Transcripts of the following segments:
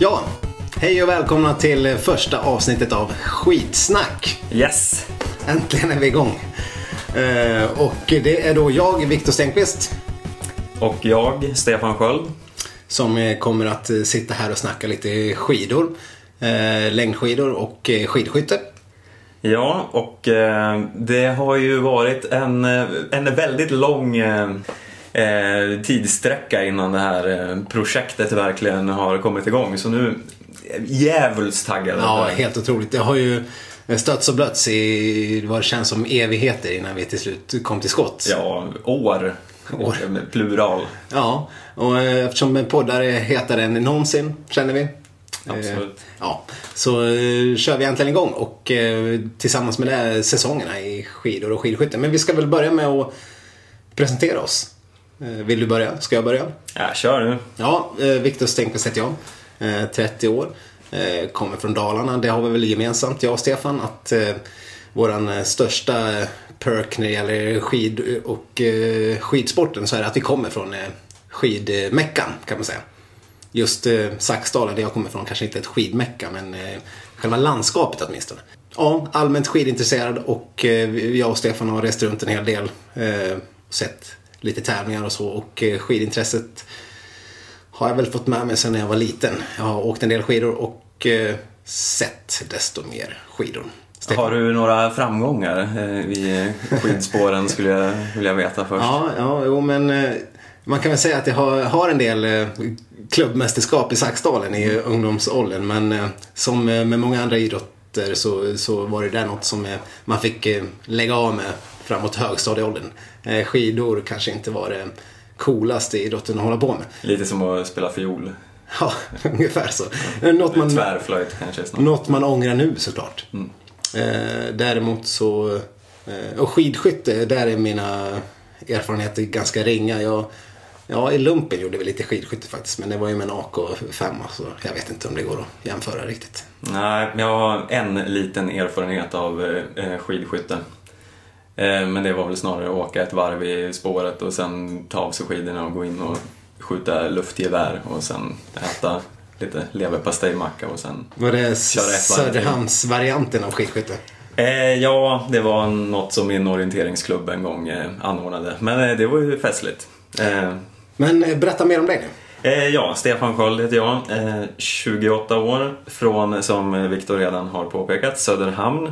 Ja, hej och välkomna till första avsnittet av Skitsnack. Yes! Äntligen är vi igång. Och det är då jag, Viktor Stenqvist. Och jag, Stefan Sköld. Som kommer att sitta här och snacka lite skidor. Längdskidor och skidskytte. Ja, och det har ju varit en väldigt lång tidssträcka innan det här projektet verkligen har kommit igång. Så nu är jävligt taggade. Ja, helt otroligt. Det har ju stötts och blötts i vad det känns som evigheter innan vi till slut kom till skott. Ja, år. Plural. Ja, och eftersom poddar är hetare än någonsin, känner vi. Absolut. Ja, så kör vi äntligen igång och tillsammans med det säsongerna i skidor och skidskytte. Men vi ska väl börja med att presentera oss. Vill du börja? Ska jag börja? Ja, kör nu. Ja, Viktor Stenqvist heter jag. 30 år. Kommer från Dalarna. Det har vi väl gemensamt, jag och Stefan, att våran största perk när det gäller skid och skidsporten så är det att vi kommer från skidmäckan, kan man säga. Just Saxdalen, där jag kommer från, kanske inte ett skidmäcka, men själva landskapet åtminstone. Ja, allmänt skidintresserad, och jag och Stefan har rest runt en hel del, sett lite tävlingar och så, och skidintresset har jag väl fått med mig sedan jag var liten. Jag har åkt en del skidor och sett desto mer skidor. Stefan. Har du några framgångar i skidspåren skulle jag vilja veta först? Ja, men man kan väl säga att jag har en del klubbmästerskap i Saxdalen i ungdomsåldern, men som med många andra idrotter så var det där något som man fick lägga av med framåt högstadieåldern. Skidor kanske inte var det coolaste idrotten att hålla på med. Lite som att spela fiol. Ja, ungefär så. Tvärflöjt kanske snart. Något man ångrar nu såklart. Mm. Däremot så och skidskytte, där är mina erfarenheter ganska ringa. Ja, i lumpen gjorde vi lite skidskytte faktiskt, men det var ju med en AK5, så jag vet inte om det går att jämföra riktigt. Nej, jag har en liten erfarenhet av skidskytte. Men det var väl snarare att åka ett varv i spåret och sen ta av sig skidorna och gå in och skjuta luftgevär och sen äta lite leverpastejmacka och sen var det köra ett Söderhamns-varianten av skidskytte? Ja, det var något som min orienteringsklubb en gång anordnade. Men det var ju festligt. Men berätta mer om dig nu. Ja, Stefan Sköld heter jag. 28 år från, som Viktor redan har påpekat, Söderhamn.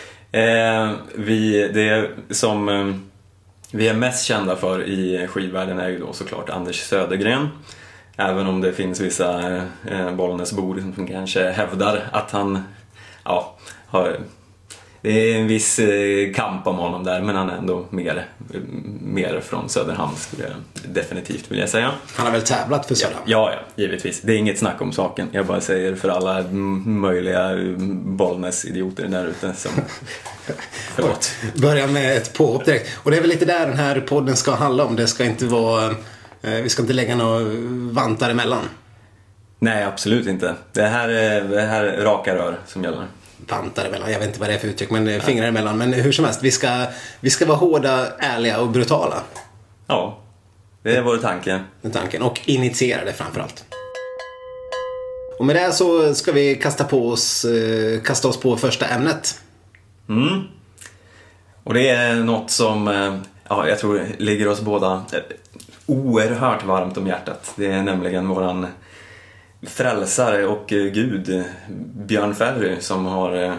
Det som vi är mest kända för i skidvärlden är ju då såklart Anders Södergren. Även om det finns vissa Bollnäsbor som kanske hävdar att han har... Det är en viss kamp om honom där, men han är ändå mer från Söderhamn, skulle jag definitivt vilja säga. Han har väl tävlat för Söderhamn? Ja, givetvis. Det är inget snack om saken. Jag bara säger för alla möjliga Bollnäs-idioter där ute som... Förlåt. Börja med ett påhopp direkt. Och det är väl lite där den här podden ska handla om. Det ska inte vara... Vi ska inte lägga några vantar emellan. Nej, absolut inte. Det här är raka rör som gäller. Vantar emellan, jag vet inte vad det är för uttryck, men fingrar emellan. Men hur som helst, vi ska vara hårda, ärliga och brutala. Ja, det är vår tanke. Tanken, och initierade framförallt. Och med det så ska vi kasta oss på första ämnet. Och det är något som jag tror ligger oss båda oerhört varmt om hjärtat. Det är nämligen våran frälsare och gud Björn Ferry som har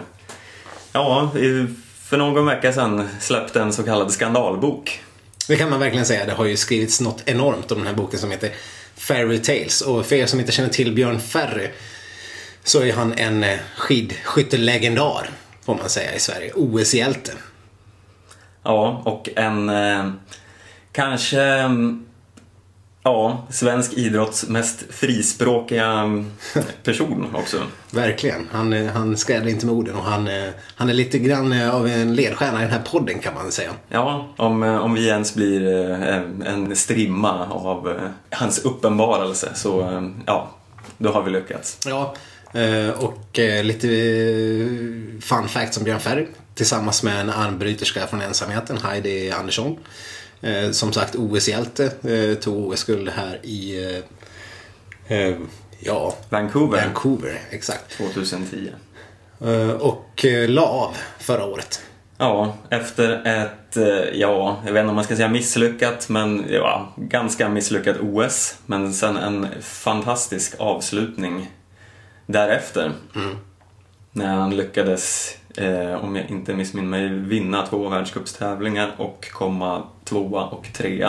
för någon vecka sedan släppt en så kallad skandalbok. Det kan man verkligen säga. Det har ju skrivits något enormt om den här boken som heter Ferry Tales. Och för er som inte känner till Björn Ferry så är han en skidskyttelegendar, får man säga, i Sverige. OS-hjälte. Ja, och en kanske svensk idrotts mest frispråkiga person också. Verkligen. Han skräder inte med orden, och han är lite grann av en ledstjärna i den här podden, kan man säga. Ja, om vi ens blir en strimma av hans uppenbarelse så då har vi lyckats. Ja, och lite fun fact som Björn Ferry tillsammans med en armbryterska från ensamheten, Heidi Andersson. Som sagt, OS-hjälte, tog OS-guld här Ja, Vancouver, exakt. 2010. Och la av förra året. Ja, efter ett, jag vet inte om man ska säga misslyckat, men ganska misslyckat OS. Men sen en fantastisk avslutning därefter. När han lyckades, om jag inte missminner mig, vinna 2 världscupstävlingar och komma 2 och 3.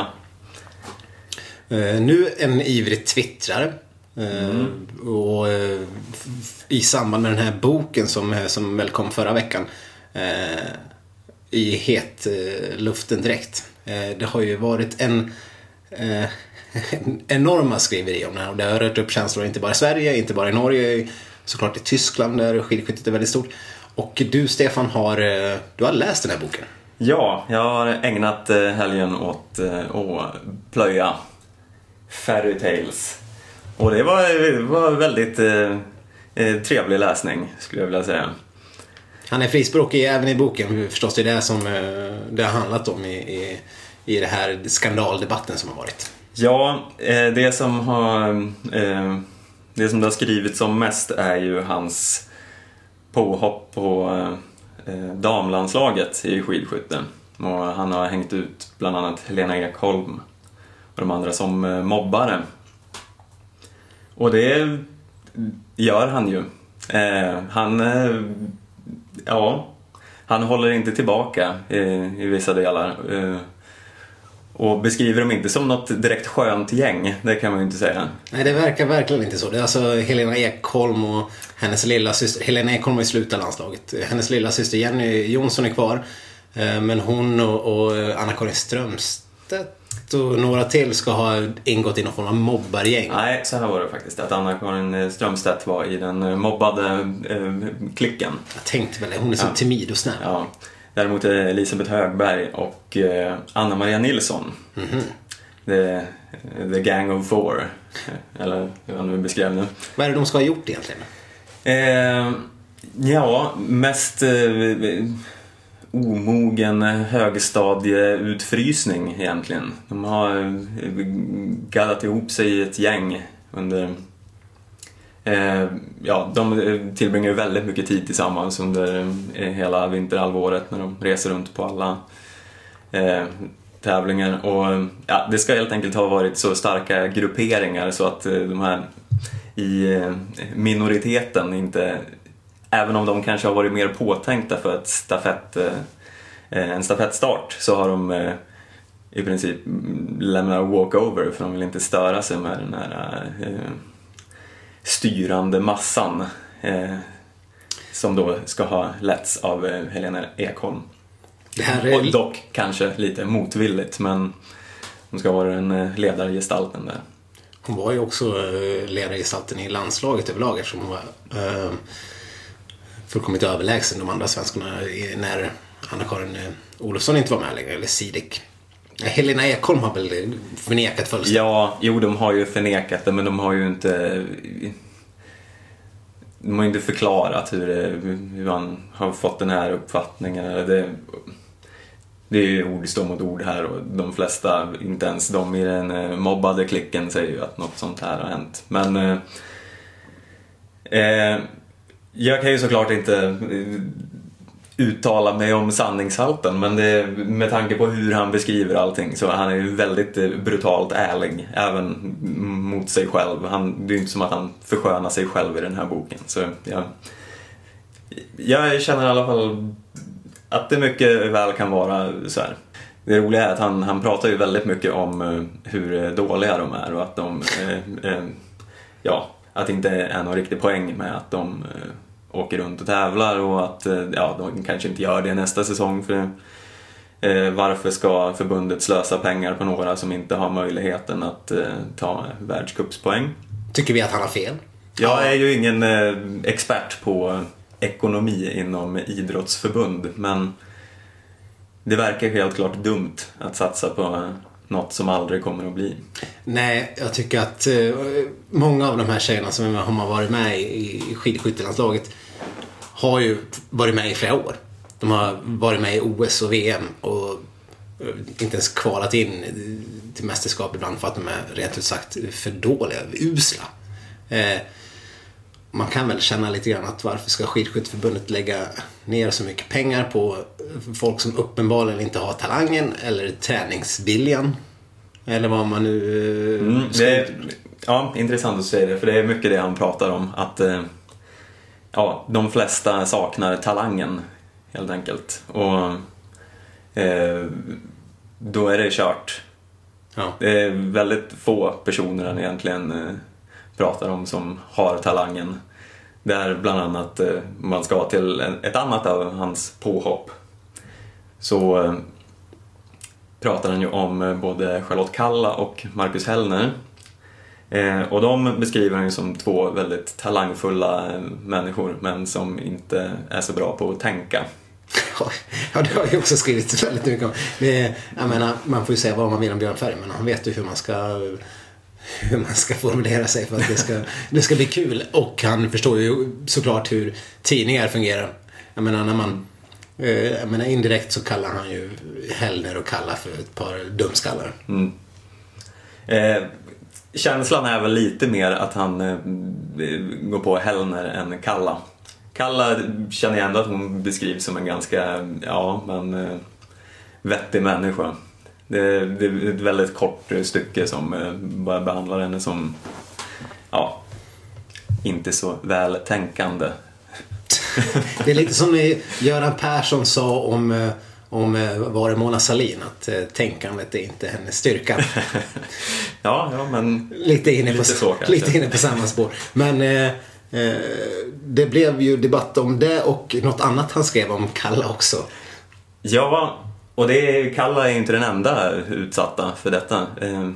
Nu en ivrig twittrare. Och i samband med den här boken som väl kom förra veckan, i het luften direkt. Det har ju varit en enorma skriveri om det här, och det har rört upp känslor inte bara i Sverige, inte bara i Norge, såklart i Tyskland där skidskyttet är väldigt stort. Och du, Stefan, du har läst den här boken. Ja, jag har ägnat helgen åt att plöja Fairy Tales. Och det var väldigt trevlig läsning, skulle jag vilja säga. Han är frispråkig även i boken, förstås. Det är det som det har handlat om i det här skandaldebatten som har varit. Ja, det som det har skrivits om mest är ju hans påhopp på damlandslaget i skidskytte. Och han har hängt ut bland annat Helena Ekholm och de andra som mobbare. Och det gör han ju. Han håller inte tillbaka i vissa delar. Och beskriver dem inte som något direkt skönt gäng, det kan man ju inte säga. Nej, det verkar verkligen inte så. Det är alltså Helena Ekholm och hennes lilla syster. Helena Ekholm har ju slutat landslaget. Hennes lilla syster Jenny Jonsson är kvar. Men hon och Anna-Karin Strömstedt och några till ska ha ingått i någon form av mobbargäng. Nej, så här var det faktiskt. Att Anna-Karin Strömstedt var i den mobbade klicken. Jag tänkte väl, hon är så timid och snäll. Ja. Däremot är Elisabeth Högberg och Anna-Maria Nilsson. The Gang of Four. Eller hur han nu beskrev nu. Vad är det de ska ha gjort egentligen? Mest omogen högstadieutfrysning egentligen. De har gaddat ihop sig i ett gäng under... de tillbringar väldigt mycket tid tillsammans under hela vinterhalvåret när de reser runt på alla tävlingar. Och det ska helt enkelt ha varit så starka grupperingar så att de här i minoriteten inte, även om de kanske har varit mer påtänkta för en stafettstart, så har de i princip lämnat walkover, för de vill inte störa sig med den här styrande massan som då ska ha letts av Helena Ekholm. Och dock kanske lite motvilligt, men hon ska vara den ledargestalten där. Hon var ju också ledargestalten i landslaget överlag, eftersom hon var fullkomligt överlägsen de andra svenskarna när Anna-Karin Olofsson inte var med längre, eller Sidik. Helena Ekholm har väl förnekat fullständigt? Ja, de har ju förnekat det, men de har ju inte förklarat hur han har fått den här uppfattningen. Det är ju ord står mot ord här, och de flesta, inte ens de i den mobbade klicken, säger ju att något sånt här har hänt. Men jag kan ju såklart inte uttala mig om sanningshalten, men med tanke på hur han beskriver allting, så han är ju väldigt brutalt ärlig även mot sig själv. Det är ju inte som att han förskönar sig själv i den här boken. Så jag känner i alla fall att det mycket väl kan vara så här. Det roliga är att han pratar ju väldigt mycket om hur dåliga de är, och att att det inte är någon riktig poäng med att de åker runt och tävlar, och att de kanske inte gör det nästa säsong, för varför ska förbundet slösa pengar på några som inte har möjligheten att ta världscupspoäng? Tycker vi att han har fel? Jag är ju ingen expert på ekonomi inom idrottsförbund, men det verkar helt klart dumt att satsa på något som aldrig kommer att bli. Nej, jag tycker att många av de här tjejerna som har varit med i skidskyttelandslaget har ju varit med i flera år. De har varit med i OS och VM och inte ens kvalat in till mästerskap ibland för att de är rent ut sagt för dåliga, usla. Man kan väl känna lite grann att varför ska Skidskytteförbundet lägga ner så mycket pengar på folk som uppenbarligen inte har talangen eller träningsviljan, eller vad man nu intressant att säga det, för det är mycket det han pratar om, att de flesta saknar talangen helt enkelt, och då är det kört. Det är väldigt få personer han egentligen pratar om som har talangen. Där bland annat man ska till ett annat av hans påhopp, så pratar han ju om både Charlotte Kalla och Marcus Hellner. Och de beskriver han ju som två väldigt talangfulla människor, men som inte är så bra på att tänka. Ja, det har jag också skrivit väldigt mycket om. Jag menar, man får ju säga vad man vill om Björn Ferry, men han vet ju hur man ska formulera sig för att det ska bli kul. Och han förstår ju såklart hur tidningar fungerar. Jag menar, indirekt så kallar han ju Hellner och Kalla för ett par dumskallar. Känslan är väl lite mer att han går på Hellner än Kalla. Kalla känner jag ändå att hon beskrivs som en ganska vettig människa. Det är ett väldigt kort stycke som bara behandlar henne som inte så vältänkande. Det är lite som Göran Persson sa om var det Mona Sahlin, att tänkandet är inte hennes styrka. Men lite inne på samma spår. Men det blev ju debatt om det och något annat han skrev om Kalla också. Ja, och Kalla är inte den enda utsatta för detta.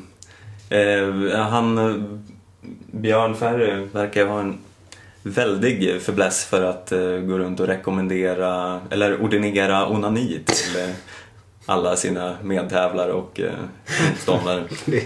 Björn Ferry verkar ha en väldig fäbless för att gå runt och rekommendera eller ordinera onani till alla sina medtävlare och motståndare.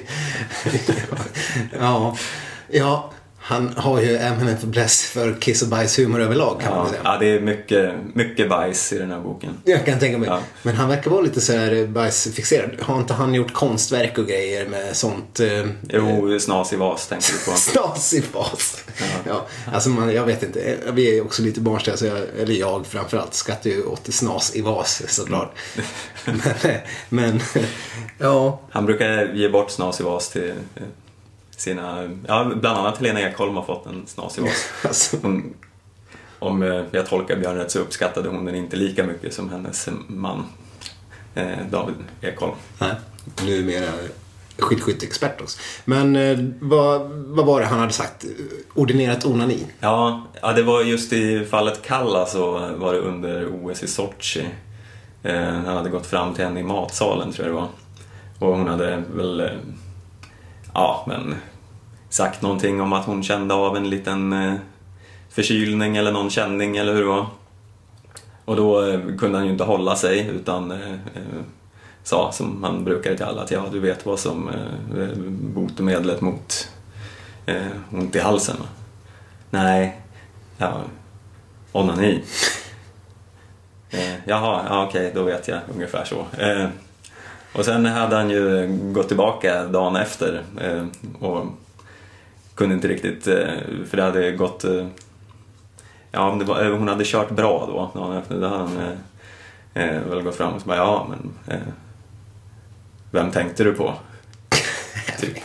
Ja, han har ju även en fäbless för kiss- och bajshumor överlag, kan man säga. Ja, det är mycket bajs i den här boken. Jag kan tänka mig. Ja. Men han verkar vara lite så här bajsfixerad. Har inte han gjort konstverk och grejer med sånt? Snas i vas tänker du på. Snas i vas. Ja. Alltså jag vet inte. Vi är också lite barnsliga, så jag framförallt skrattar ju åt snas i vas, såklart. Men ja. Han brukar ge bort snas i vas till sina, bland annat Helena Ekholm har fått en snas i vas. Alltså. Om jag tolkar Björn rätt så uppskattade hon den inte lika mycket som hennes man David Ekholm. Nej, numera skidskytteexpert också. Men vad var det han hade sagt? Ordinerat onani? Ja, det var just i fallet Kalla, så var det under OS i Sochi. Han hade gått fram till henne i matsalen, tror jag det var. Och hon hade väl sagt någonting om att hon kände av en liten förkylning eller någon känning eller hur det var. Och då kunde han ju inte hålla sig, utan sa som han brukade till alla att du vet vad som botemedlet mot ont i halsen. Nej, onani. Okej, då vet jag ungefär så. Och sen hade han ju gått tillbaka dagen efter och kunde inte riktigt, för det hade gått, hon hade kört bra då dagen efter. Då hade han väl gått fram och så bara, vem tänkte du på? Typ.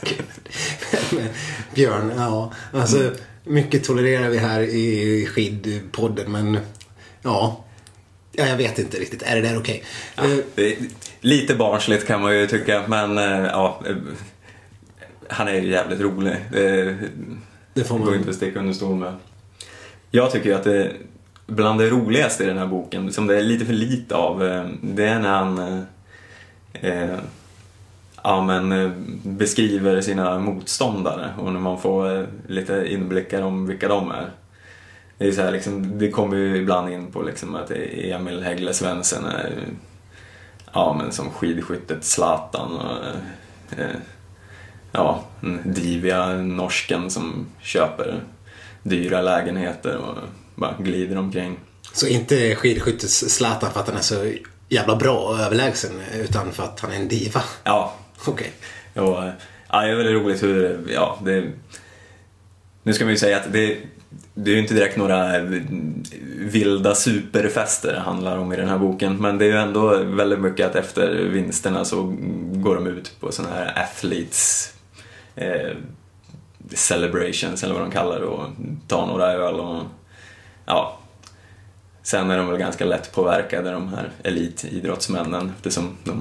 Björn, alltså mycket tolererar vi här i skidpodden, men jag vet inte riktigt. Är det där okej? Lite barnsligt kan man ju tycka, men han är ju jävligt rolig. Det får man inte sticka under stol med. Jag tycker ju att det bland det roligaste i den här boken, som det är lite för lite av, det är när han beskriver sina motståndare och när man får lite inblickar om vilka de är. Det är så här, liksom, det kommer ju ibland in på liksom att Emil Häggle Svensson är som skidskyttet Zlatan och diviga norsken som köper dyra lägenheter och bara glider omkring. Så inte skidskyttets Zlatan för att han är så jävla bra och överlägsen, utan för att han är en diva? Ja. Okej. Det är väldigt roligt hur Nu ska man ju säga att det är ju inte direkt några vilda superfester det handlar om i den här boken, men det är ju ändå väldigt mycket att efter vinsterna så går de ut på såna här athletes celebrations eller vad de kallar det, och tar några öl och ja, sen är de väl ganska lätt påverkade, de här elitidrottsmännen, eftersom de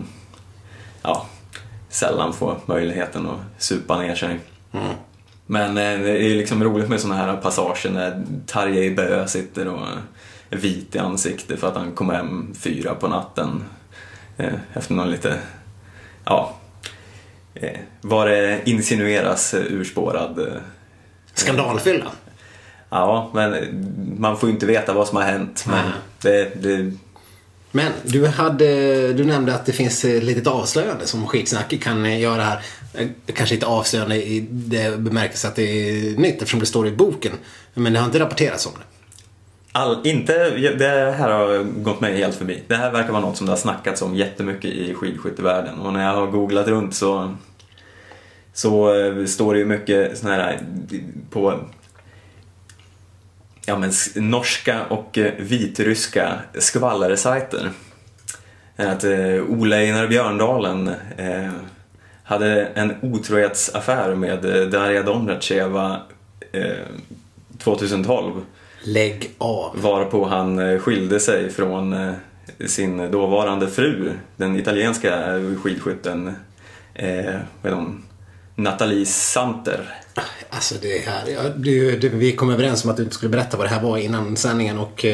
sällan får möjligheten att supa ner sig. Men det är liksom roligt med såna här passager när Tarjei Bø sitter och är vit i ansiktet för att han kom hem 4 på natten efter någon lite, vad det insinueras urspårad skandalfylla. Ja, men man får ju inte veta vad som har hänt, men Men du nämnde att det finns ett litet avslöjande som Skitsnack kan göra här. Kanske inte avslöjande i det bemärkelse att det är nytt eftersom det står i boken. Men det har inte rapporterats om det. Det här har gått mig helt förbi. Det här verkar vara något som det har snackats om jättemycket i skidskyttevärlden. Och när jag har googlat runt så står det ju mycket sån här på norska och vitryska skvallersajter. Att Ole Einar Björndalen hade en otrohetsaffär med Darja Domracheva 2012. Lägg av. Varpå han skilde sig från sin dåvarande fru, den italienska skidskytten Nathalie Santer. Alltså det här, vi kom överens om att du inte skulle berätta vad det här var innan sändningen och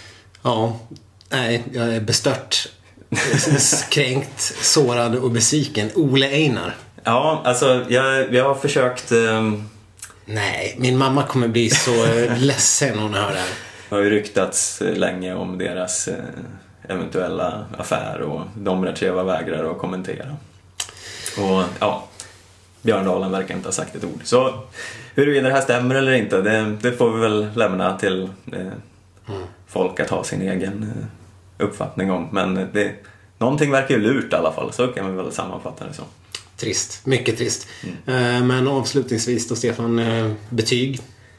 jag är bestört, kränkt, sårad och besviken. Ole Einar. Ja, alltså jag har försökt... Nej, min mamma kommer bli så ledsen när hon hör det här. Det har ju ryktats länge om deras eventuella affär och Domracheva vägrar att kommentera. Och Björndalen verkar inte ha sagt ett ord. Så huruvida det här stämmer eller inte, det får vi väl lämna till folk att ha sin egen uppfattning om. Men någonting verkar ju lurt i alla fall, så kan vi väl sammanfatta det så. Trist, mycket trist. Men avslutningsvis då, Stefan, betyg?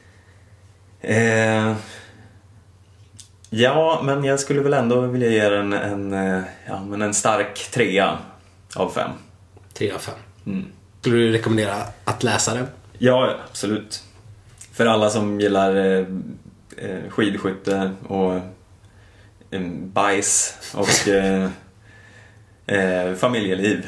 Ja, men jag skulle väl ändå vilja ge den en stark 3 av 5. 3 av 5. Skulle du rekommendera att läsa den? Ja, absolut. För alla som gillar skidskytte och bajs och familjeliv.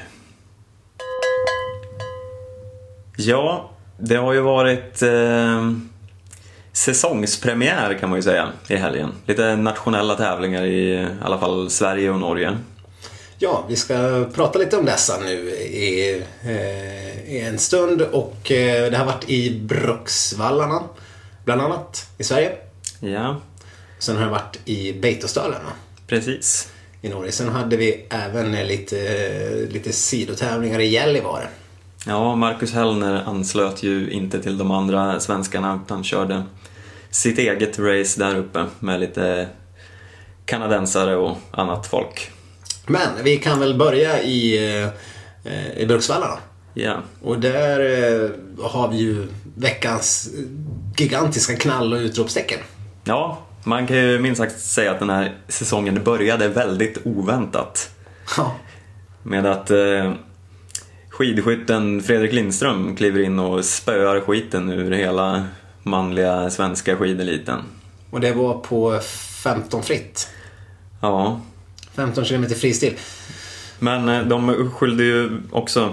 Ja, det har ju varit säsongspremiär kan man ju säga i helgen. Lite nationella tävlingar i alla fall Sverige och Norge. Ja, vi ska prata lite om dessa nu i en stund och det har varit i Bruksvallarna bland annat i Sverige. Ja. Sen har det varit i Beitostölen. Precis. I Norge. Sen hade vi även lite sidotävlingar i Gällivare. Ja, Marcus Hellner anslöt ju inte till de andra svenskarna utan körde sitt eget race där uppe med lite kanadensare och annat folk. Men vi kan väl börja i Bruksvallarna. Ja. Och där har vi ju veckans gigantiska knall och utropstecken. Ja, man kan ju minst sagt säga att den här säsongen började väldigt oväntat. Ja. Med att skidskytten Fredrik Lindström kliver in och spöar skiten ur hela manliga svenska skideliten. Och det var på 15 fritt. Ja. 15 km fristil. Men de skyllde ju också,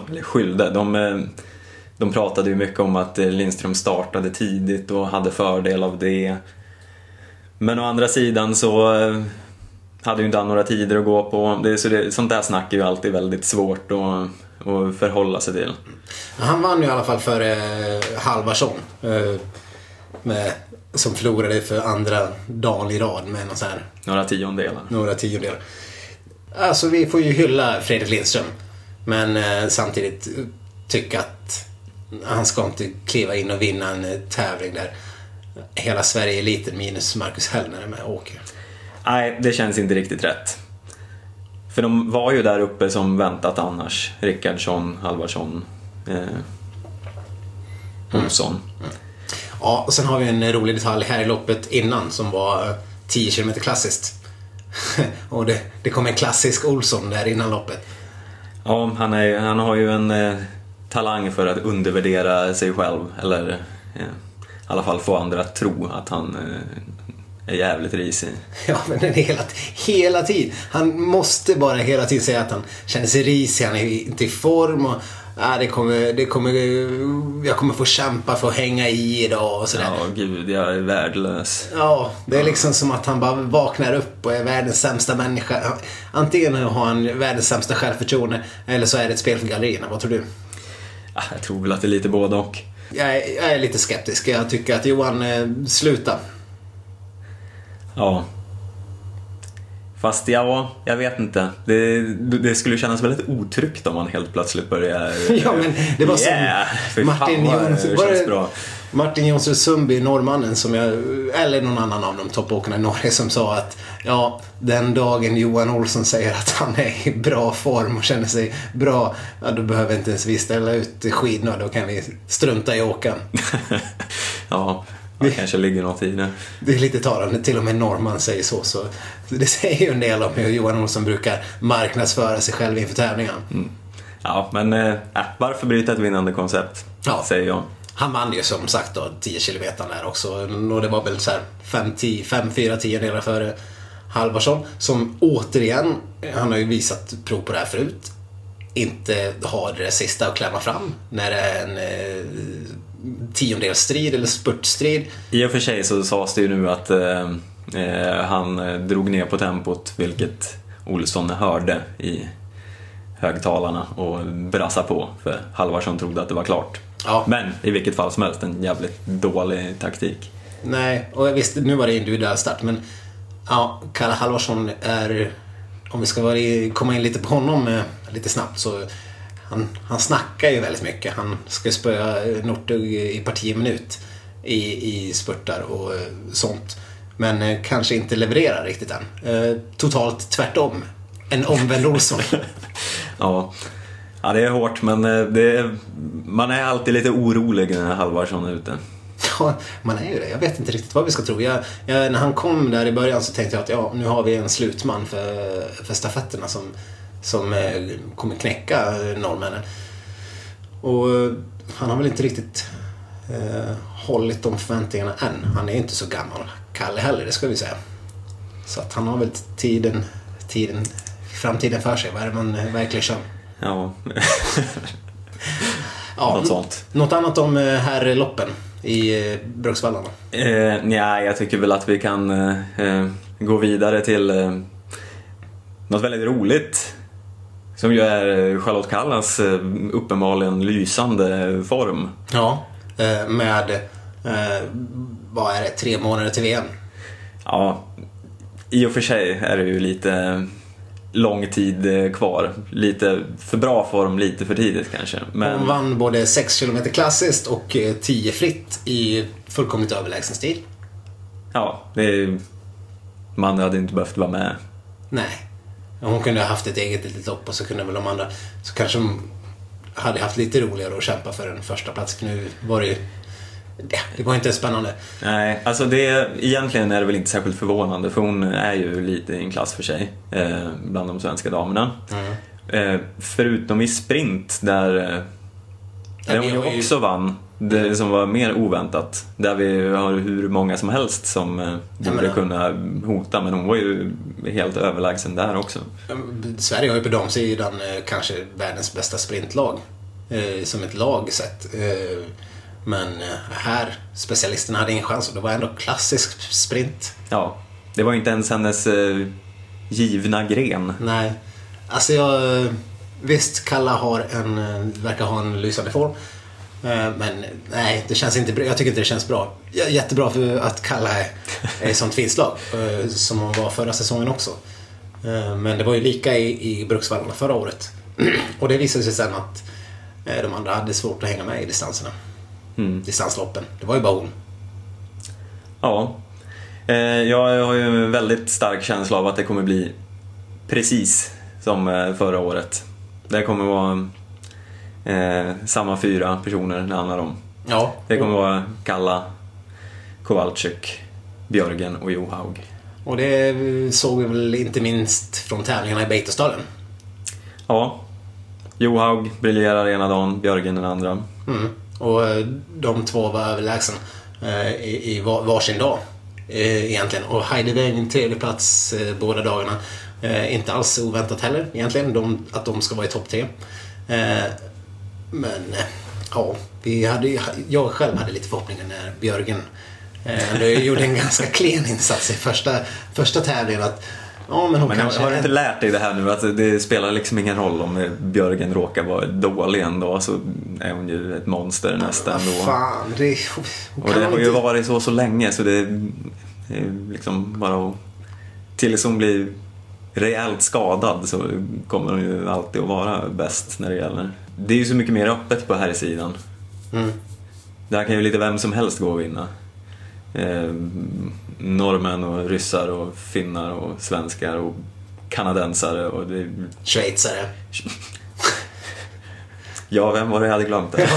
de pratade ju mycket om att Lindström startade tidigt och hade fördel av det. Men å andra sidan så hade ju inte han några tider att gå på. Sånt där snack är ju alltid väldigt svårt att förhålla sig till. Han vann ju i alla fall för Halvarsson som förlorade för andra dagen i rad med någon så här, några tiondelar. Alltså vi får ju hylla Fredrik Lindström, men samtidigt tycka att han ska inte kliva in och vinna en tävling där hela Sverige är liten minus Marcus Hellner med och åker. Nej, det känns inte riktigt rätt. För de var ju där uppe som väntat annars. Rickardsson, Halvarsson, Olsson. Ja, och sen har vi en rolig detalj här i loppet innan som var 10 km klassiskt. Och det kom en klassisk Olsson där innan loppet. Ja, han har ju en talang för att undervärdera sig själv. Eller i alla fall få andra att tro att han är jävligt risig. Ja, men den är hela tiden. Han måste bara hela tiden säga att han känner sig risig, han är inte i form och jag kommer få kämpa för att hänga i idag och sådär. Ja, gud, jag är värdelös. Ja, det är liksom som att han bara vaknar upp och är världens sämsta människa. Antingen har han världens sämsta självförtroende eller så är det ett spel för gallerierna. Vad tror du? Ja, jag tror väl att det är lite både och. Jag är lite skeptisk. Jag tycker att Johan slutar. Ja. Fast jag vet inte. Det skulle kännas väldigt otryggt om man helt plötsligt börjar... Ja, men det var som Martin Jonsson Sundby, norrmannen, eller någon annan av de toppåkarna i Norge, som sa att ja, den dagen Johan Olsson säger att han är i bra form och känner sig bra, ja, då behöver inte ens vi ställa ut skidorna, då kan vi strunta i åkan. Ja, det kanske ligger något i det. Det är lite talande, till och med norrman säger så det säger ju en del om hur Johan Olsson brukar marknadsföra sig själv inför tävlingar. Ja, men varför bryta ett vinnande koncept, säger jag. Han vann ju som sagt då 10 kilometer där också, och det var väl så här 5-4 tiondelar före Halvarsson, som återigen, han har ju visat prov på det här förut, inte har det sista att klämma fram när det är en tiondelsstrid eller spurtstrid. I och för sig så sades det ju nu att han drog ner på tempot, vilket Olsson hörde i högtalarna och brassade på, för Halvarsson trodde att det var klart. Ja. Men i vilket fall som helst en jävligt dålig taktik. Nej, och visst, nu var det individuell start, men ja, Kalle Halvarsson är, om vi ska komma in lite på honom lite snabbt, så han snackar ju väldigt mycket. Han ska spöa Northug i parti minut i spurtar och sånt, men kanske inte levererar riktigt än. Totalt tvärtom. En omvänd Olsson. Ja, det är hårt, men man är alltid lite orolig när Halvarsson är ute. Ja, man är ju det. Jag vet inte riktigt vad vi ska tro. När han kom där i början så tänkte jag att ja, nu har vi en slutman för stafetterna som kommer knäcka norrmännen. Och han har väl inte riktigt hållit de förväntningarna än. Han är inte så gammal, Kalle heller, det ska vi säga. Så att han har väl framtiden för sig. Vad är det man verkligen kör? Ja. Ja, något sånt. Något annat om här loppen i Bruksvallarna? Nej, jag tycker väl att vi kan gå vidare till något väldigt roligt, som ju är Charlotte Kallas uppenbarligen lysande form. Ja, med vad är det, 3 månader till VM? Ja, i och för sig är det ju lite lång tid kvar. Lite för bra form, lite för tidigt kanske. Men hon vann både 6 km klassiskt och 10 fritt i fullkomligt överlägsen stil. Ja, man hade inte behövt vara med. Nej. Hon kunde ha haft ett eget litet lopp, och så kunde väl de andra, så kanske de hade haft lite roligare att kämpa för en första plats. För nu var det var inte spännande. Nej, alltså egentligen är det väl inte särskilt förvånande, för hon är ju lite i en klass för sig bland de svenska damerna. Förutom i sprint där hon ju också vann, det som var mer oväntat, där vi har hur många som helst som borde kunna hota, men hon var ju helt överlägsen där också. Sverige har ju på damsidan kanske världens bästa sprintlag som ett lag sett. Men här, specialisterna hade ingen chans, och det var ändå klassisk sprint. Ja, det var inte ens hennes givna gren. Nej, alltså visst, Kalla verkar ha en lysande form. Men nej, det känns inte bra. Jag tycker inte det känns bra. Jättebra för att Kalla är i sånt fint lag, som hon var förra säsongen också. Men det var ju lika i Bruksvallarna förra året. Och det visade sig sen att de andra hade svårt att hänga med i distanserna. Distansloppen. Det var ju bara hon. Ja. Jag har ju en väldigt stark känsla av att det kommer bli precis som förra året. Det kommer vara samma 4 personer det handlar om. Ja. Det kommer vara Kalla, Kowalczyk, Björgen och Johaug. Och det såg vi väl inte minst från tävlingarna i Beitostalen. Ja, Johaug briljerar ena dagen, Björgen den andra. Och de två var överlägsen i varsin dag egentligen. Och Heidi väg en tredje plats båda dagarna. Inte alls oväntat heller egentligen att de ska vara i topp 3. Men ja, jag själv hade lite förhoppningar när Björgen gjorde en ganska klen insats i första tävlingen. Men har du inte lärt dig det här nu, att det spelar liksom ingen roll om Björgen råkar vara dålig en dag, så är hon ju ett monster nästan då. Fan, och det har ju varit så länge, så det är liksom bara att tills hon blir rejält skadad så kommer hon ju alltid att vara bäst när det gäller. Det är ju så mycket mer öppet på här sidan. Där kan ju lite vem som helst gå och vinna. Norrmän och ryssar och finnar och svenskar och kanadensare och schweizare. Ja, vem var det jag hade glömt det?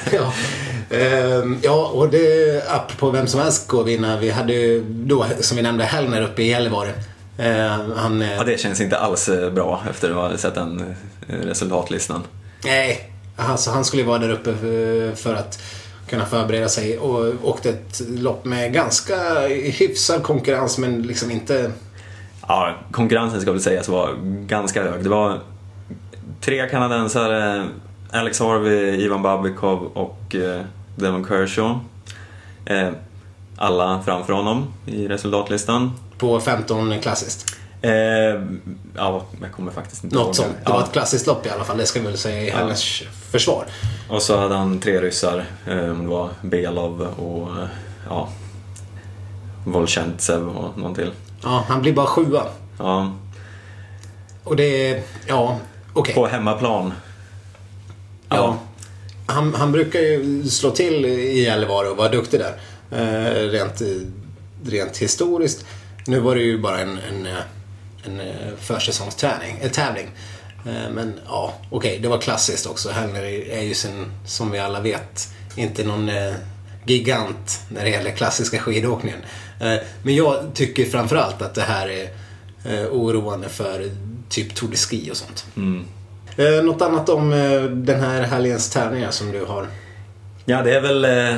Ja, och det apropå vem som helst går vinna. Vi hade ju då, som vi nämnde, Hellner uppe i Gällivare. Ja, det känns inte alls bra efter att ha sett den resultatlistan. Nej, alltså han skulle ju vara där uppe för att kunna förbereda sig, och åkte ett lopp med ganska hyfsad konkurrens, men liksom inte... Ja, konkurrensen ska väl sägas vara ganska hög. Det var 3 kanadensare, Alex Harvey, Ivan Babikov och Devon Kershaw. Alla framför honom i resultatlistan. På 15 klassiskt. Ja, jag kommer faktiskt inte ihåg. Något sånt. Det var ett klassiskt lopp i alla fall, det ska vi väl säga i hennes försvar. Och så hade han 3 ryssar. Det var Belov och Volchentsev och någon till. Ja, han blir bara 7. Ja. Och det, okej. På hemmaplan. Ja. Han brukar ju slå till i Gällivare och vara duktig där. Rent historiskt. Nu var det ju bara en försäsongstävling. Men okej, det var klassiskt också. Hellner är ju som vi alla vet inte någon gigant när det gäller klassiska skidåkningen. Men jag tycker framförallt att det här är oroande för typ Tour de Ski och sånt. Något annat om den här helgens tävlingar som du har? Ja, det är väl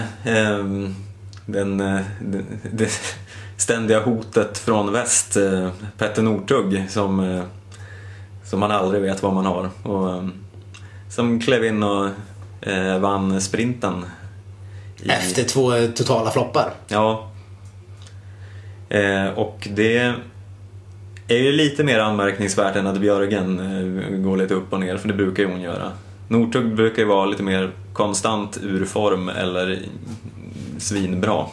det ständiga hotet från väst, Petter Northug, som man aldrig vet vad man har, och som klev in och vann sprinten efter 2 totala floppar. Ja. Och det är ju lite mer anmärkningsvärt än att Björgen går lite upp och ner, för det brukar ju hon göra. Northug brukar ju vara lite mer konstant ur form eller svinbra.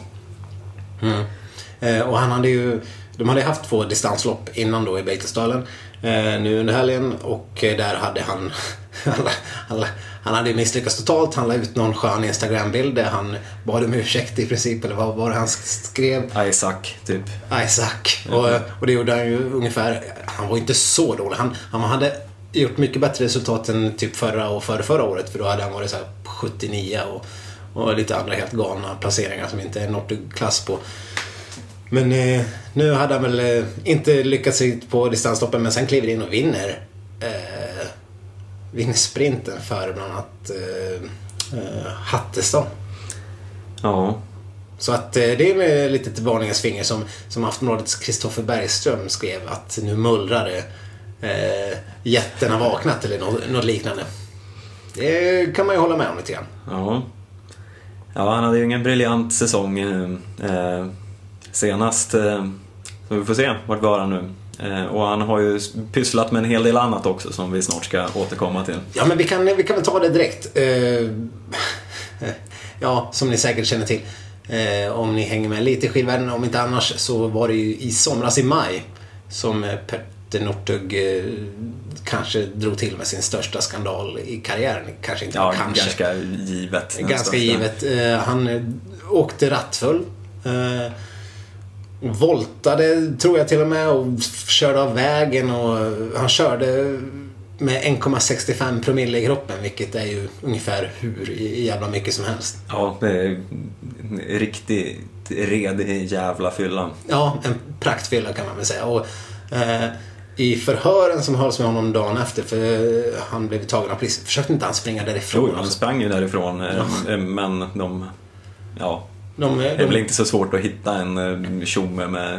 Och de hade haft 2 distanslopp innan då i Beitostalen nu under helgen, och där hade han han hade misslyckats totalt. Han la ut någon skön Instagram-bild där han bad om ursäkt i princip, eller vad var det han skrev? Isaac, typ. Isaac. Och det gjorde han ju ungefär. Han var inte så dålig. Han hade gjort mycket bättre resultat än typ förra och förra året, för då hade han varit så här 79 och lite andra helt galna placeringar som inte är Northug-klass på. Men nu hade han väl inte lyckats på distansloppen, men sen kliver in och vinner sprinten för bland annat Hattestad. Ja. Så att det är med lite varningens finger som Aftonbladets Kristoffer Bergström skrev, att nu mullrade jätten har vaknat eller något liknande. Det kan man ju hålla med om lite grann. Ja, han hade ju ingen briljant säsong senast, så vi får se vart var han nu. Och han har ju pysslat med en hel del annat också som vi snart ska återkomma till. Ja, men vi kan väl ta det direkt. Ja, som ni säkert känner till, om ni hänger med lite i skidvärlden, om inte annars, så var det ju i somras i maj som Petter Northug kanske drog till med sin största skandal i karriären. Kanske inte, kanske. Ganska givet. Ganska givet. Han åkte rattfull. Voltade, tror jag till och med, och körde av vägen, och han körde med 1,65 promille i kroppen, vilket är ju ungefär hur jävla mycket som helst. Ja, det är riktigt redig jävla fylla. Ja, en praktfylla kan man väl säga. Och i förhören som hölls med honom dagen efter, för han blev tagen av polis, försökte inte han springa därifrån? Jo, han sprang ju därifrån, men det är väl inte så svårt att hitta en tjomme med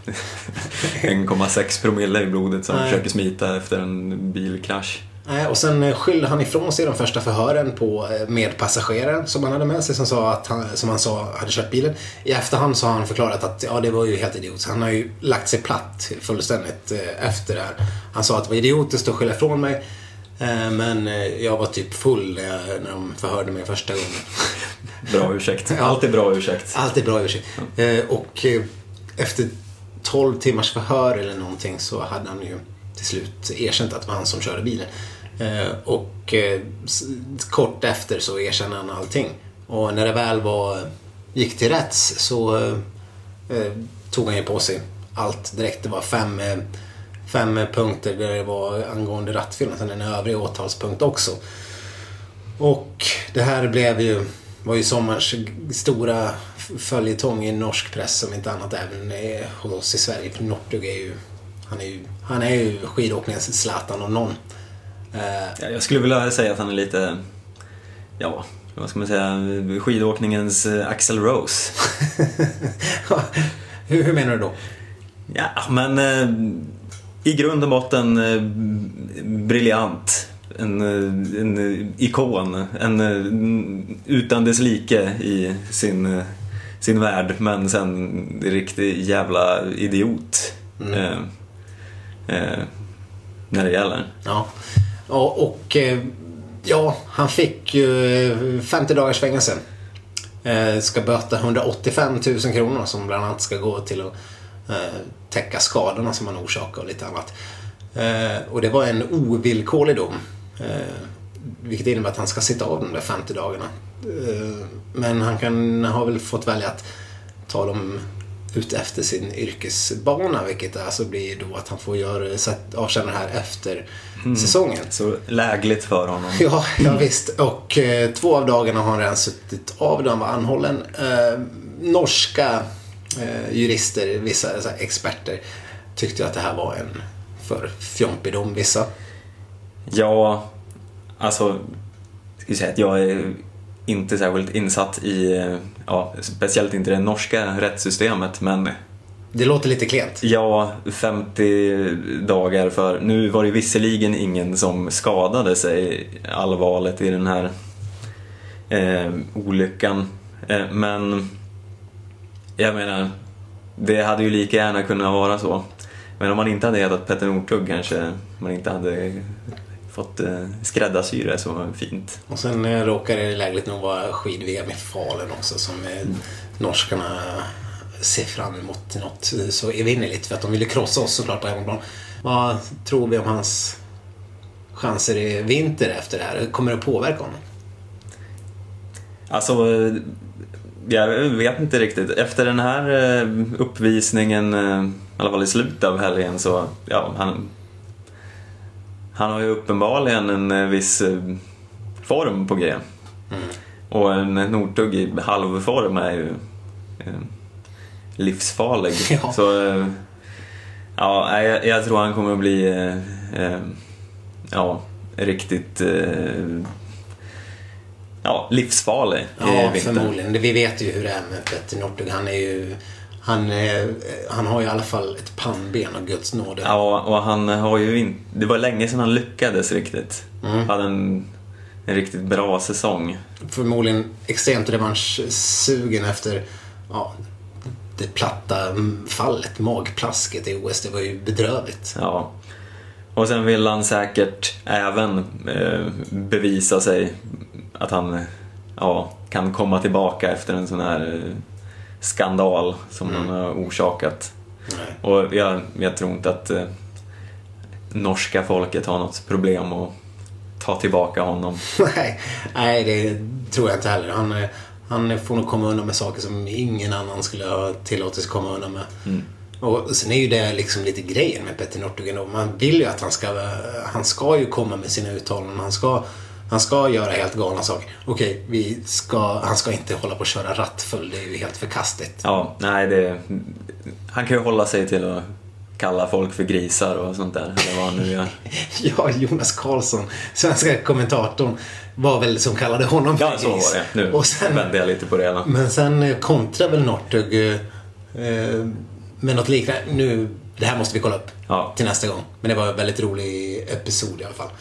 1,6 promille i blodet som försöker smita efter en bilkrasch. Och sen skyllde han ifrån sig de första förhören på medpassageraren som han hade med sig, som han sa hade kört bilen. I efterhand så har han förklarat att det var ju helt idiot. Han har ju lagt sig platt fullständigt efter det här. Han sa att det var idiotiskt att skylla ifrån mig, men jag var typ full när de förhörde mig första gången. Bra ursäkt. Alltid bra ursäkt. Alltid bra ursäkt. Och efter 12 timmars förhör eller någonting så hade han ju till slut erkänt att det var han som körde bilen. Och kort efter så erkände han allting. Och när det väl gick till rätts så tog han ju på sig allt direkt. Det var fem punkter där det var angående rattfyllan, sen en övrig åtalspunkt också. Och det här var ju sommarens stora följetong i norsk press, som inte annat, även hos oss i Sverige. För Northug han är ju skidåkningens Zlatan om någon. Jag skulle vilja säga att han är lite, vad ska man säga, skidåkningens Axl Rose. Hur menar du då? Ja, men i grund och botten briljant. En ikon, utan dess like i sin värld, men sen riktigt jävla idiot när det gäller. Ja. Och han fick ju 50 dagars fängelse. Ska böta 185 000 kronor som bland annat ska gå till att täcka skadorna som han orsakar och lite annat. Och det var en ovillkorlig dom, vilket innebär att han ska sitta av de där 50 dagarna. Men han har väl fått välja att ta dem ut efter sin yrkesbana, vilket alltså blir då att han får avtjäna det här efter säsongen. Så lägligt för honom. Ja, visst. Och 2 av dagarna har han redan suttit av då han var anhållen. Norska jurister, vissa experter, tyckte att det här var en för fjompig dom, vissa. Ja, alltså ska jag säga att jag är inte särskilt insatt i, speciellt inte det norska rättssystemet, men det låter lite klent. Ja, 50 dagar för. Nu var det visserligen ingen som skadade sig allvarligt i den här olyckan, men jag menar, det hade ju lika gärna kunnat vara så. Men om man inte hade hetat Petter Northug kanske man inte hade fått skräddarsyra så fint. Och sen råkar det lägligt nog vara skid-VM i Falun också, som norskarna ser fram emot något så evinnerligt, för att de ville krossa oss såklart på hemmaplan. Vad tror vi om hans chanser i vinter efter det här? Kommer det att påverka honom? Alltså, jag vet inte riktigt. Efter den här uppvisningen, i alla fall i slutet av helgen, så han har ju uppenbarligen en viss form på G. Och en Northug i halvform är ju livsfarlig. Ja. Så jag tror han kommer att bli riktigt livsfarlig i vinter. Förmodligen. Vi vet ju hur det är med Petter Northug. Han har ju i alla fall ett pannben av Guds nåde. Ja, och han har ju det var länge sedan han lyckades riktigt. Hade en riktigt bra säsong. Förmodligen extremt revanschsugen efter det platta fallet, magplasket i OS. Det var ju bedrövligt. Ja. Och sen vill han säkert även bevisa sig att han kan komma tillbaka efter en sån här skandal som han har orsakat. Nej. Och jag tror inte att norska folket har något problem att ta tillbaka honom. Nej, det tror jag inte heller. Han får nog komma undan med saker som ingen annan skulle ha tillåtits komma undan med. Och sen är ju det liksom lite grejen med Petter Northug. Man vill ju att han ska ju komma med sina uttalanden. Han ska Han ska göra helt galna saker. Okej, han ska inte hålla på att köra rattfull. Det är ju helt förkastligt. Ja, nej, han kan ju hålla sig till att kalla folk för grisar och sånt där, eller vad han nu gör. Ja, Jonas Karlsson, svenska kommentatorn, var väl som kallade honom för gris. Ja, så var det. Nu och sen vände jag lite på det. Men sen kontra väl Northug med något liknande. Det här måste vi kolla upp till nästa gång. Men det var en väldigt rolig episod i alla fall.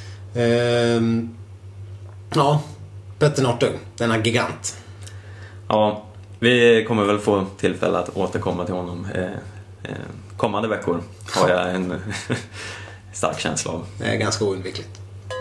Ja, Petter Northug, denna gigant. Ja, vi kommer väl få tillfälle att återkomma till honom kommande veckor, har jag en stark känsla av. Det är ganska oundvikligt.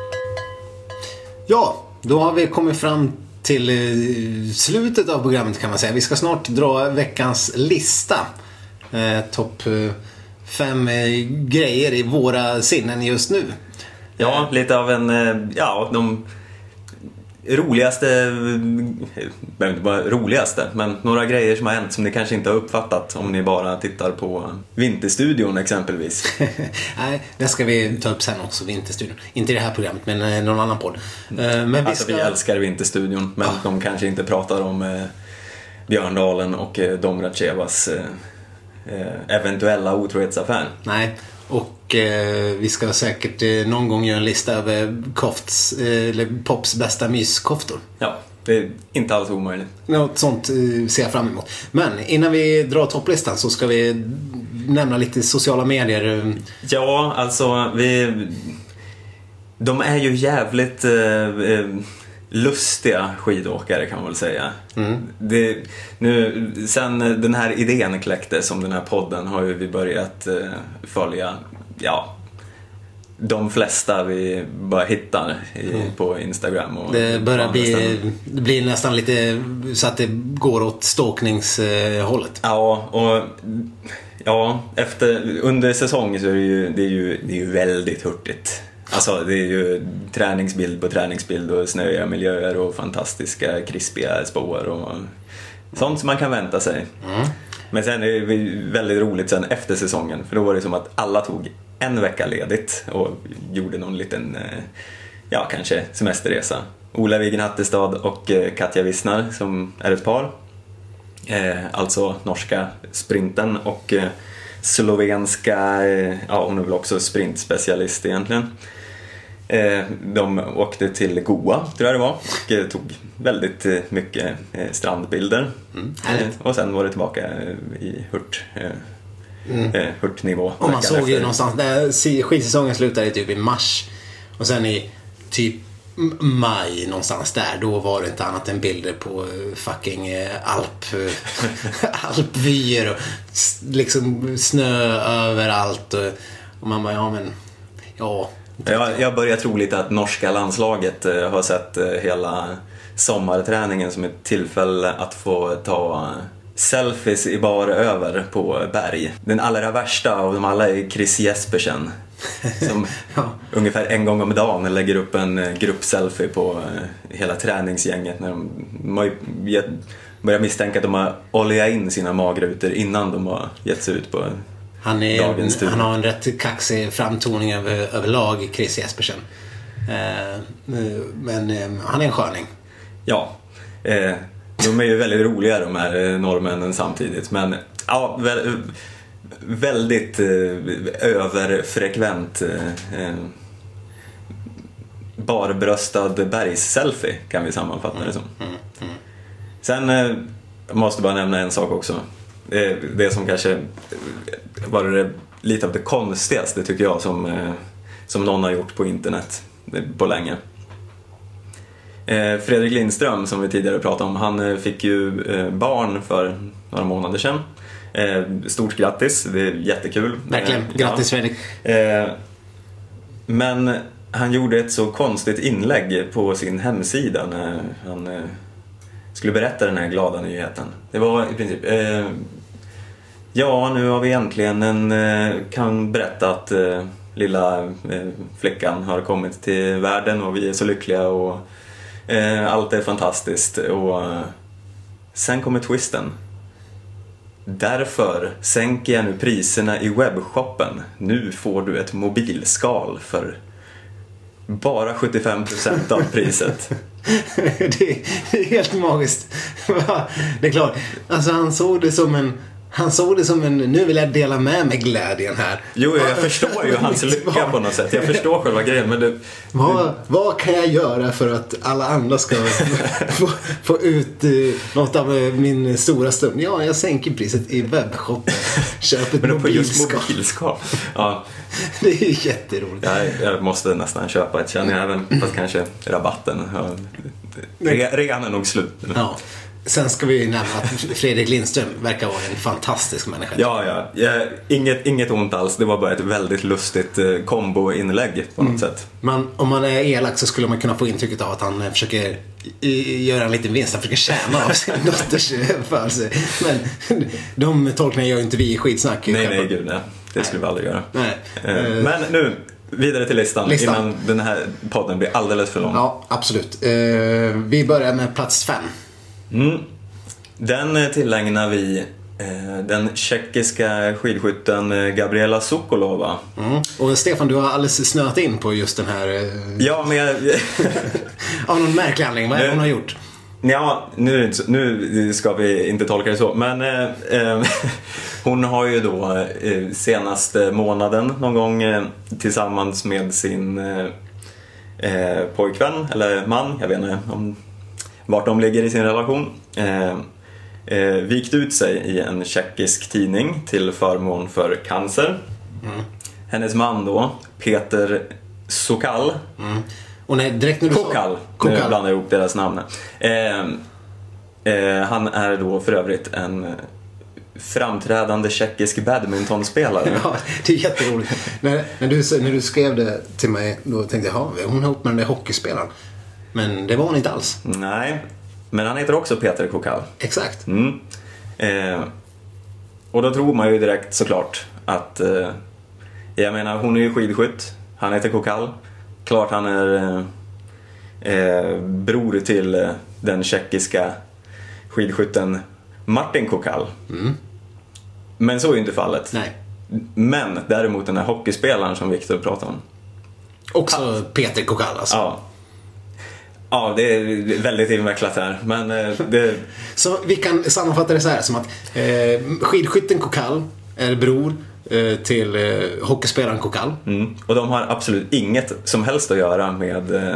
Ja, då har vi kommit fram till slutet av programmet, kan man säga. Vi ska snart dra veckans lista. Topp 5 grejer i våra sinnen just nu. Ja, lite av de roligaste, inte bara roligaste, men några grejer som har hänt som ni kanske inte har uppfattat om ni bara tittar på Vinterstudion exempelvis. Nej, det ska vi ta upp sen också, Vinterstudion. Inte i det här programmet, men någon annan podd. Men vi älskar Vinterstudion, men de kanske inte pratar om Björndalen och Domrachevas eventuella otrohetsaffär. Nej, och vi ska säkert någon gång göra en lista över Pops bästa myskoftor. Ja, det är inte alls omöjligt. Något sånt ser jag fram emot. Men innan vi drar topplistan så ska vi nämna lite sociala medier. Ja, alltså de är ju jävligt lustiga skidåkare, kan man väl säga. Sen den här idén kläcktes om den här podden har ju vi börjat följa de flesta vi bara hittar på Instagram och det börjar bli nästan lite så att det går åt stalkningshållet. Under säsongen så är det ju väldigt hurtigt. Alltså det är ju träningsbild på träningsbild och snöiga miljöer och fantastiska krispiga spår och sånt som man kan vänta sig. Men sen är det väldigt roligt sen efter säsongen, för då var det som att alla tog en vecka ledigt och gjorde någon liten kanske semesterresa. Ola Wigen Hattestad och Katja Wissner som är ett par, alltså norska sprinten och slovenska, hon är väl också sprintspecialist egentligen. De åkte till Goa, tror jag det var, och tog väldigt mycket strandbilder. Och sen var det tillbaka i hurtnivå. Och man såg ju någonstans där skidsäsongen slutade typ i mars, och sen i typ maj någonstans där, då var det inte annat än bilder på fucking alpvyer och liksom snö överallt och man bara jag börjar tro lite att norska landslaget har sett hela sommarträningen som ett tillfälle att få ta selfies i bar över på berg. Den allra värsta av dem alla är Chris Jespersen som ungefär en gång om dagen lägger upp en gruppselfie på hela träningsgänget när de börjar misstänka att de har oljat in sina magrutor innan de har gett sig ut på dagens tur. Han har en rätt kaxig framtoning överlag, Chris Jespersen. Men han är en sköning. Ja, de är ju väldigt roliga de här norrmännen samtidigt, men väldigt överfrekvent barbröstad bergsselfie kan vi sammanfatta det som. Sen måste bara nämna en sak också. Det som kanske var det lite av det konstigaste tycker jag som någon har gjort på internet på länge. Fredrik Lindström som vi tidigare pratade om, han fick ju barn för några månader sedan. Stort grattis, det är jättekul. Verkligen, grattis Fredrik. Men han gjorde ett så konstigt inlägg på sin hemsida när han skulle berätta den här glada nyheten. Det var i princip nu har vi äntligen kan berätta att lilla flickan har kommit till världen och vi är så lyckliga och allt är fantastiskt. Och sen kommer twisten. Därför sänker jag nu priserna i webbshoppen. Nu får du ett mobilskal för Bara 75% av priset. Det är helt magiskt. Det är klart. Alltså han såg det som en nu vill jag dela med mig glädjen här. Jo, jag förstår ju hans lycka på något sätt. Jag förstår själva grejen, men vad kan jag göra för att alla andra ska få ut något av min stora stund? Ja, jag sänker priset i webbshoppen. Köp ett mobilskap. Ja. Det är ju jätteroligt. Jag måste nästan köpa ett, känner jag, även fast kanske rabatten. Rean är nog slut. Ja. Sen ska vi nämna att Fredrik Lindström verkar vara en fantastisk människa. Ja. Inget ont alls. Det var bara ett väldigt lustigt komboinlägg på något sätt. Om man är elak så skulle man kunna få intrycket av att han försöker göra en liten vinst. Han försöker tjäna av sin dotters födelse. Men de tolkningar gör ju inte vi i Skitsnack. Nej, gud nej. Det skulle vi aldrig göra. Nej. Men nu, vidare till listan. Innan den här podden blir alldeles för lång. Ja, absolut. Vi börjar med plats 5. Den tillägnar vi den tjeckiska skidskytten Gabriela Sokolova. Och Stefan, du har alldeles snöat in på just den här... Ja, men av någon märklig anledning, vad är det hon har gjort? Ja, nu ska vi inte tolka det så. Men hon har ju då senaste månaden någon gång tillsammans med sin pojkvän eller man, jag vet inte vart de ligger i sin relation, vikt ut sig i en tjeckisk tidning till förmån för cancer. Hennes man då, Peter Sokal. Och nej, direkt när du Kokal. Nu blandar jag ihop deras namn. Han är då för övrigt en framträdande tjeckisk badmintonspelare. Ja, det är jätteroligt. När du skrev det till mig, då tänkte jag, hon är ihop med den där hockeyspelaren. Men det var hon inte alls. Nej, men han heter också Peter Kokal. Exakt. Och då tror man ju direkt såklart att jag menar, hon är ju skidskytt. Han heter Kokal. Klart han är bror till den tjeckiska skidskytten Martin Kokal. Men så är ju inte fallet. Nej. Men däremot den här hockeyspelaren som Viktor pratade om. Också Peter Kokal alltså. Ja, det är väldigt invecklat här. Men Så vi kan sammanfatta det så här som att skidskytten Kokal är bror till hockeyspelaren Kokal. Och de har absolut inget som helst att göra med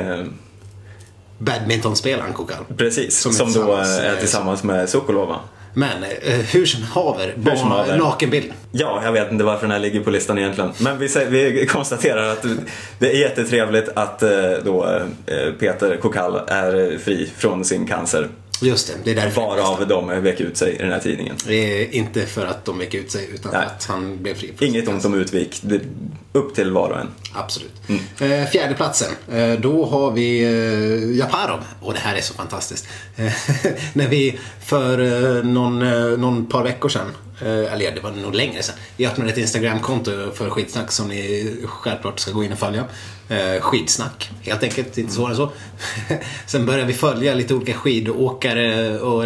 badmintonspelaren Kokal. Precis, som då är tillsammans med Sokolova. Men hur som haver, nakenbild. Ja, jag vet inte varför den här ligger på listan egentligen. Men vi konstaterar att det är jättetrevligt att då Peter Kokal är fri från sin cancer. Just det är därför. Varav de väcker ut sig i den här tidningen. Inte för att de väcker ut sig, utan för att han blev fri. Inget ont om utvik. Upp till var och en. Absolut. Fjärde platsen. Då har vi Japarov. Och det här är så fantastiskt. När vi för någon par veckor sedan, eller det var nog längre sedan, vi öppnade ett Instagram-konto för Skitsnack som ni självklart ska gå in och följa. Skitsnack, helt enkelt, inte svårare än så. Sen började vi följa lite olika skidåkare och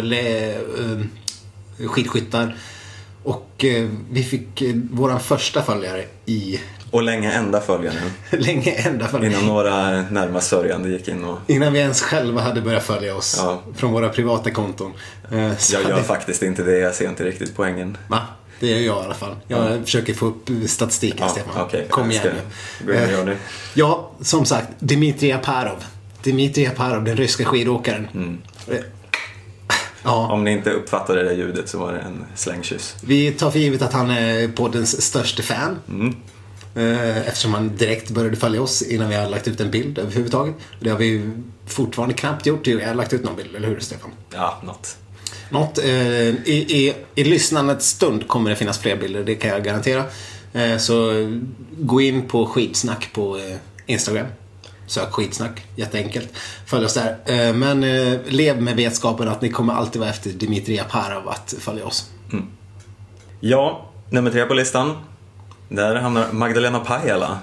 skidskyttar. Och vi fick våran första följare i... Och länge enda följare. Innan några närmast sörjande gick in och... Innan vi ens själva hade börjat följa oss från våra privata konton. Jag gör faktiskt inte det, jag ser inte riktigt poängen. Va? Det gör jag i alla fall. Jag försöker få upp statistiken, Stefan. Okay. Kom igen nu. Ja, som sagt, Dmitrij Japarov, den ryska skidåkaren. Ja. Om ni inte uppfattade det där ljudet så var det en slängkyss. Vi tar för givet att han är poddens största fan. Eftersom han direkt började följa oss innan vi har lagt ut en bild överhuvudtaget. Det har vi fortfarande knappt gjort. Jag har lagt ut någon bild, eller hur Stefan? Ja, något. I lyssnandets stund kommer det finnas fler bilder, det kan jag garantera. Så gå in på Skitsnack på Instagram. Sök Skitsnack, jätteenkelt. Följ oss där. Men lev med vetskapen att ni kommer alltid vara efter Dmitrij Japarov att följa oss. Ja, nummer 3 på listan. Där hamnar Magdalena Pajala.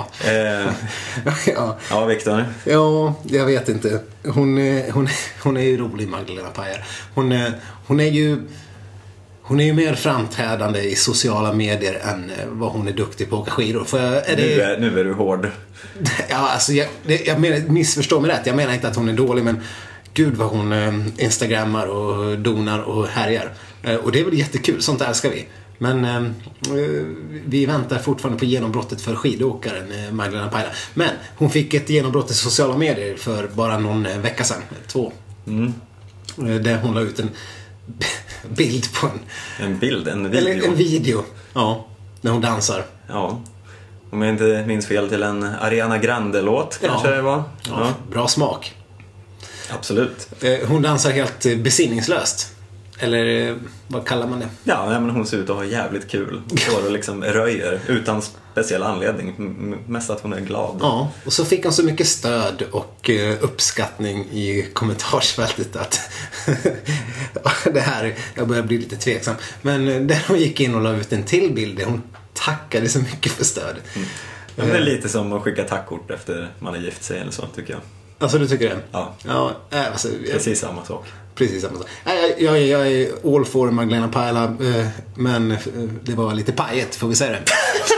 Ja, Viktor. Ja, jag vet inte. Hon är ju rolig, Magdalena Pajala. Hon hon är ju mer framträdande i sociala medier än vad hon är duktig på att åka skidor. Nu är du hård. Ja, alltså jag menar, missförstå mig rätt. Jag menar inte att hon är dålig, men gud vad hon instagrammar och donar och härjar. Och det är väl jättekul, sånt älskar vi. Men vi väntar fortfarande på genombrottet för skidåkaren Magdalena Pajla. Men hon fick ett genombrott i sociala medier för bara någon vecka sedan, 2. Där hon la ut en bild på en video. Eller en video, ja, när hon dansar. Ja, om jag inte minns fel, till en Ariana Grande-låt kanske det var. Ja, bra smak. Absolut. Hon dansar helt besinningslöst. Eller vad kallar man det? Ja, men hon ser ut att ha jävligt kul. Och liksom röjer utan speciell anledning. Mest att hon är glad. Ja, och så fick hon så mycket stöd och uppskattning i kommentarsfältet att det här, jag börjar bli lite tveksam. Men där hon gick in och la ut en till bild, hon tackade så mycket för stödet. Det är lite som att skicka tackkort efter man är gift sig eller så, tycker jag. Alltså, du tycker det? Ja, alltså, precis samma sak. Precis samma sak. Jag är all for Magdalena Pajla, men det var lite pajet, får vi säga det.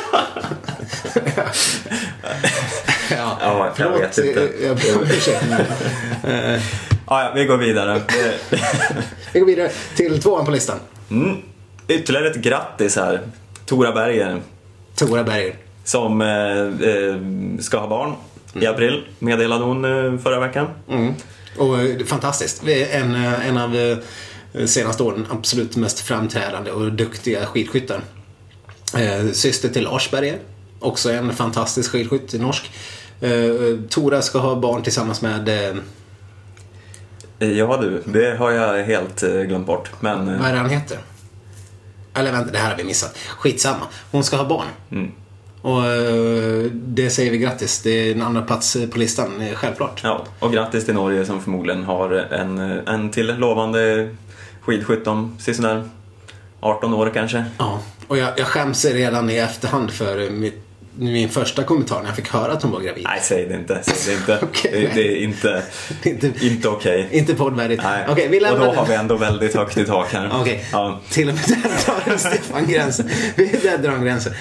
Ja, jag vet inte. Ja, vi går vidare. Vi går vidare till 2:an på listan. Ytterligare ett grattis här. Tora Berger. Som ska ha barn i april, meddelade hon förra veckan. Och fantastiskt. En av senaste åren absolut mest framträdande och duktiga skidskyttar. Syster till Lars Berger, också en fantastisk skidskytt, norsk. Tora ska ha barn tillsammans med ja du, det har jag helt glömt bort. Men vad är det han heter? Eller vänta, det här har vi missat. Skitsamma. Hon ska ha barn. Och det säger vi grattis. Det är en andra plats på listan, självklart. Ja, och grattis till Norge som förmodligen har en till lovande skidskytt om sådär 18 år kanske. Ja, och jag skäms redan i efterhand för min första kommentar när jag fick höra att hon var gravid. Nej, säg det inte. Okay, det är inte okej. Inte poddvärdigt. Okay, vi lämnar och då har vi ändå väldigt högt i tak här. Okay. Ja. Till och med där drar Stefan gränsen. Vi drar gränsen.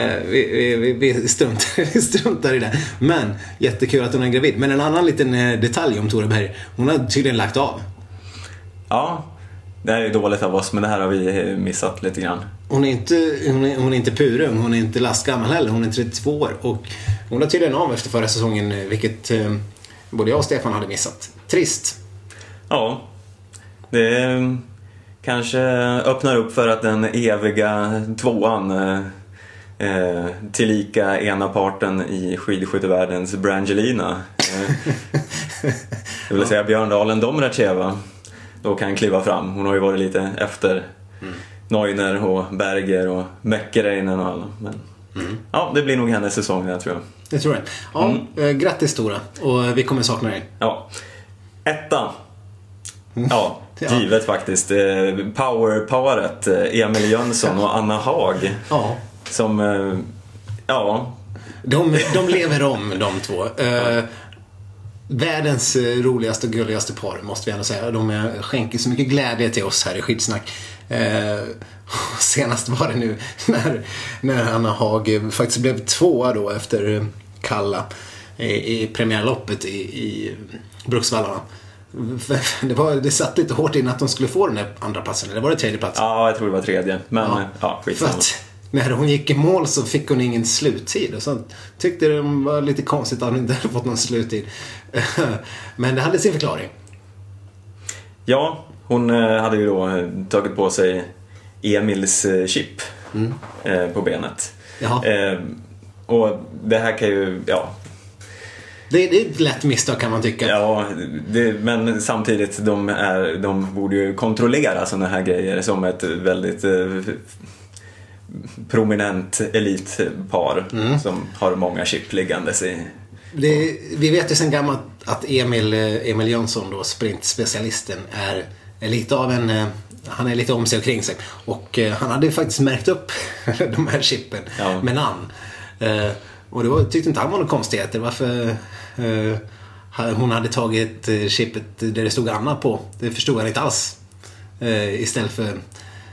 Vi struntar i det. Men jättekul att hon är gravid. Men en annan liten detalj om Tora Berg. Hon har tydligen lagt av. Ja, det är ju dåligt av oss, men det här har vi missat lite grann. Hon är inte purung, hon är inte lastgammal heller, hon är 32 år. Och hon har tydligen av efter förra säsongen, vilket både jag och Stefan hade missat. Trist. Ja, det kanske öppnar upp för att den eviga 2:an tillika ena parten i skidskyttevärldens Brangelina, det vill säga Björndalen Domracheva, då kan kliva fram. Hon har ju varit lite efter Neuner och Berger och Mäckereinen och alla. Men ja, det blir nog hennes säsong där, tror jag. Det tror jag. Ja, grattis Tora. Och vi kommer sakna dig. Ja. 1:an. Ja, givet faktiskt. Powerparet Emil Jönsson och Anna Haag. Ja. Som, ja. De lever om, de två. Världens roligaste och gulligaste par, måste vi ändå säga. De skänker så mycket glädje till oss här i Skidsnack. Senast var det nu när Anna Haag faktiskt blev 2:a då efter Kalla i premiärloppet i Bruksvallarna. Det satt lite hårt in att de skulle få den där andra platsen. Eller var det 3:e platsen? Ja, jag tror det var 3:e. Men ja, skitsamma. För att när hon gick i mål så fick hon ingen sluttid. Och så tyckte det var lite konstigt att hon inte hade fått någon sluttid. Men det hade sin förklaring. Ja, hon hade ju då tagit på sig Emils chip på benet. Och det här kan ju, det är ett lätt misstag, kan man tycka. Ja, men samtidigt de borde ju kontrollera såna här grejer som ett väldigt prominent elitpar som har många chip liggandes i. Vi vet ju sen gammalt att Emil Jönsson då, sprintspecialisten, är lite av han är lite om sig och kring sig. Och han hade ju faktiskt märkt upp de här chippen med namn. Och tyckte inte han var något konstigheter. Varför hon hade tagit chippet där det stod Anna på, det förstod han inte alls. Istället för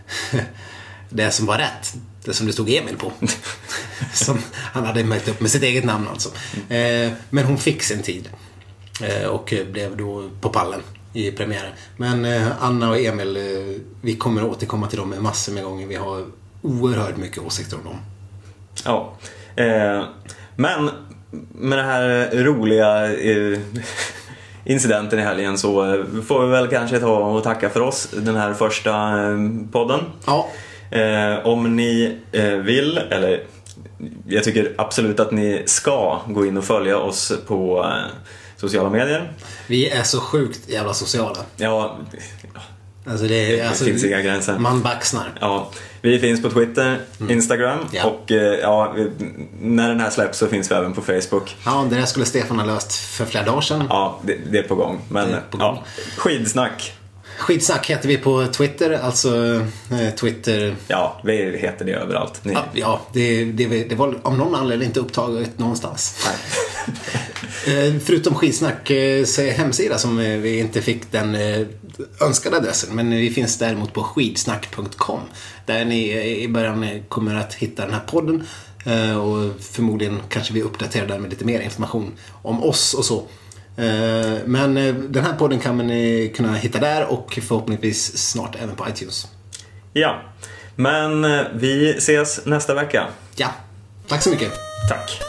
det som var rätt. Det som det stod Emil på. Som han hade märkt upp med sitt eget namn alltså. Men hon fick sin tid. Och blev då på pallen i premiären. Men Anna och Emil, vi kommer att återkomma till dem med massor med gånger. Vi har oerhört mycket åsikter om dem. Ja. Men med den här roliga incidenten i helgen så får vi väl kanske ta och tacka för oss, den här första podden. Ja. Om ni vill, eller jag tycker absolut att ni ska gå in och följa oss på sociala medier. Vi är så sjukt jävla sociala. Ja, alltså det finns inga gränser. Man baxnar. Ja, vi finns på Twitter, Instagram och när den här släpps så finns vi även på Facebook. Ja, det där skulle Stefan ha löst för flera dagar sedan. Ja, det är på gång. Men ja, skidsnack. Skidsnack heter vi på Twitter, alltså Twitter. Ja, vi heter det överallt. Ja, det var om någon anledning inte upptaget någonstans. Nej. Förutom skidsnack så är hemsida som vi inte fick den önskade adressen, men vi finns däremot på skidsnack.com där ni i början kommer att hitta den här podden och förmodligen kanske vi uppdaterar där med lite mer information om oss och så. Men den här podden kan man kunna hitta där och förhoppningsvis snart även på iTunes. Ja, men vi ses nästa vecka. Ja, tack så mycket. Tack.